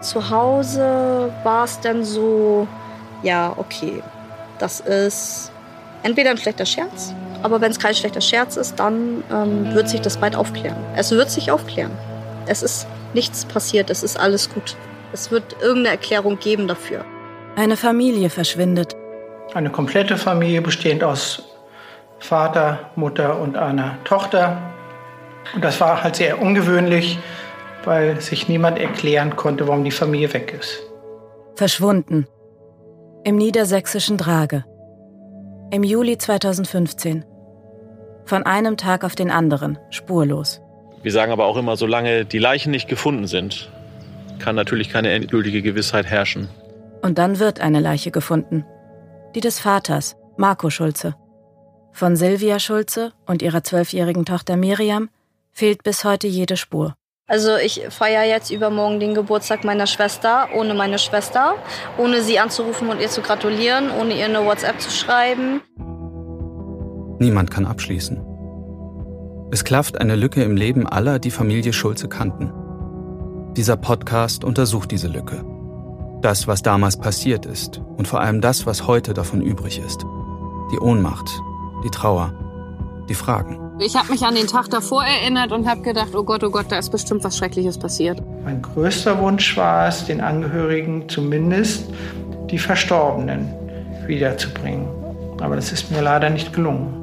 Zu Hause war es dann so, ja, okay, das ist entweder ein schlechter Scherz, aber wenn es kein schlechter Scherz ist, dann wird sich das bald aufklären. Es wird sich aufklären. Es ist nichts passiert, es ist alles gut. Es wird irgendeine Erklärung geben dafür. Eine Familie verschwindet. Eine komplette Familie bestehend aus Vater, Mutter und einer Tochter. Und das war halt sehr ungewöhnlich, weil sich niemand erklären konnte, warum die Familie weg ist. Verschwunden. Im niedersächsischen Drage. Im Juli 2015. Von einem Tag auf den anderen, spurlos. Wir sagen aber auch immer, solange die Leichen nicht gefunden sind, kann natürlich keine endgültige Gewissheit herrschen. Und dann wird eine Leiche gefunden. Die des Vaters, Marco Schulze. Von Silvia Schulze und ihrer 12-jährigen Tochter Miriam fehlt bis heute jede Spur. Also ich feiere jetzt übermorgen den Geburtstag meiner Schwester, ohne meine Schwester, ohne sie anzurufen und ihr zu gratulieren, ohne ihr eine WhatsApp zu schreiben. Niemand kann abschließen. Es klafft eine Lücke im Leben aller, die Familie Schulze kannten. Dieser Podcast untersucht diese Lücke. Das, was damals passiert ist und vor allem das, was heute davon übrig ist. Die Ohnmacht, die Trauer, die Fragen. Ich habe mich an den Tag davor erinnert und habe gedacht, oh Gott, da ist bestimmt was Schreckliches passiert. Mein größter Wunsch war es, den Angehörigen zumindest die Verstorbenen wiederzubringen. Aber das ist mir leider nicht gelungen.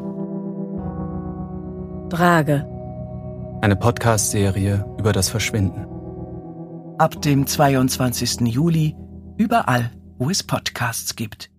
Drage. Eine Podcast-Serie über das Verschwinden. Ab dem 22. Juli überall, wo es Podcasts gibt.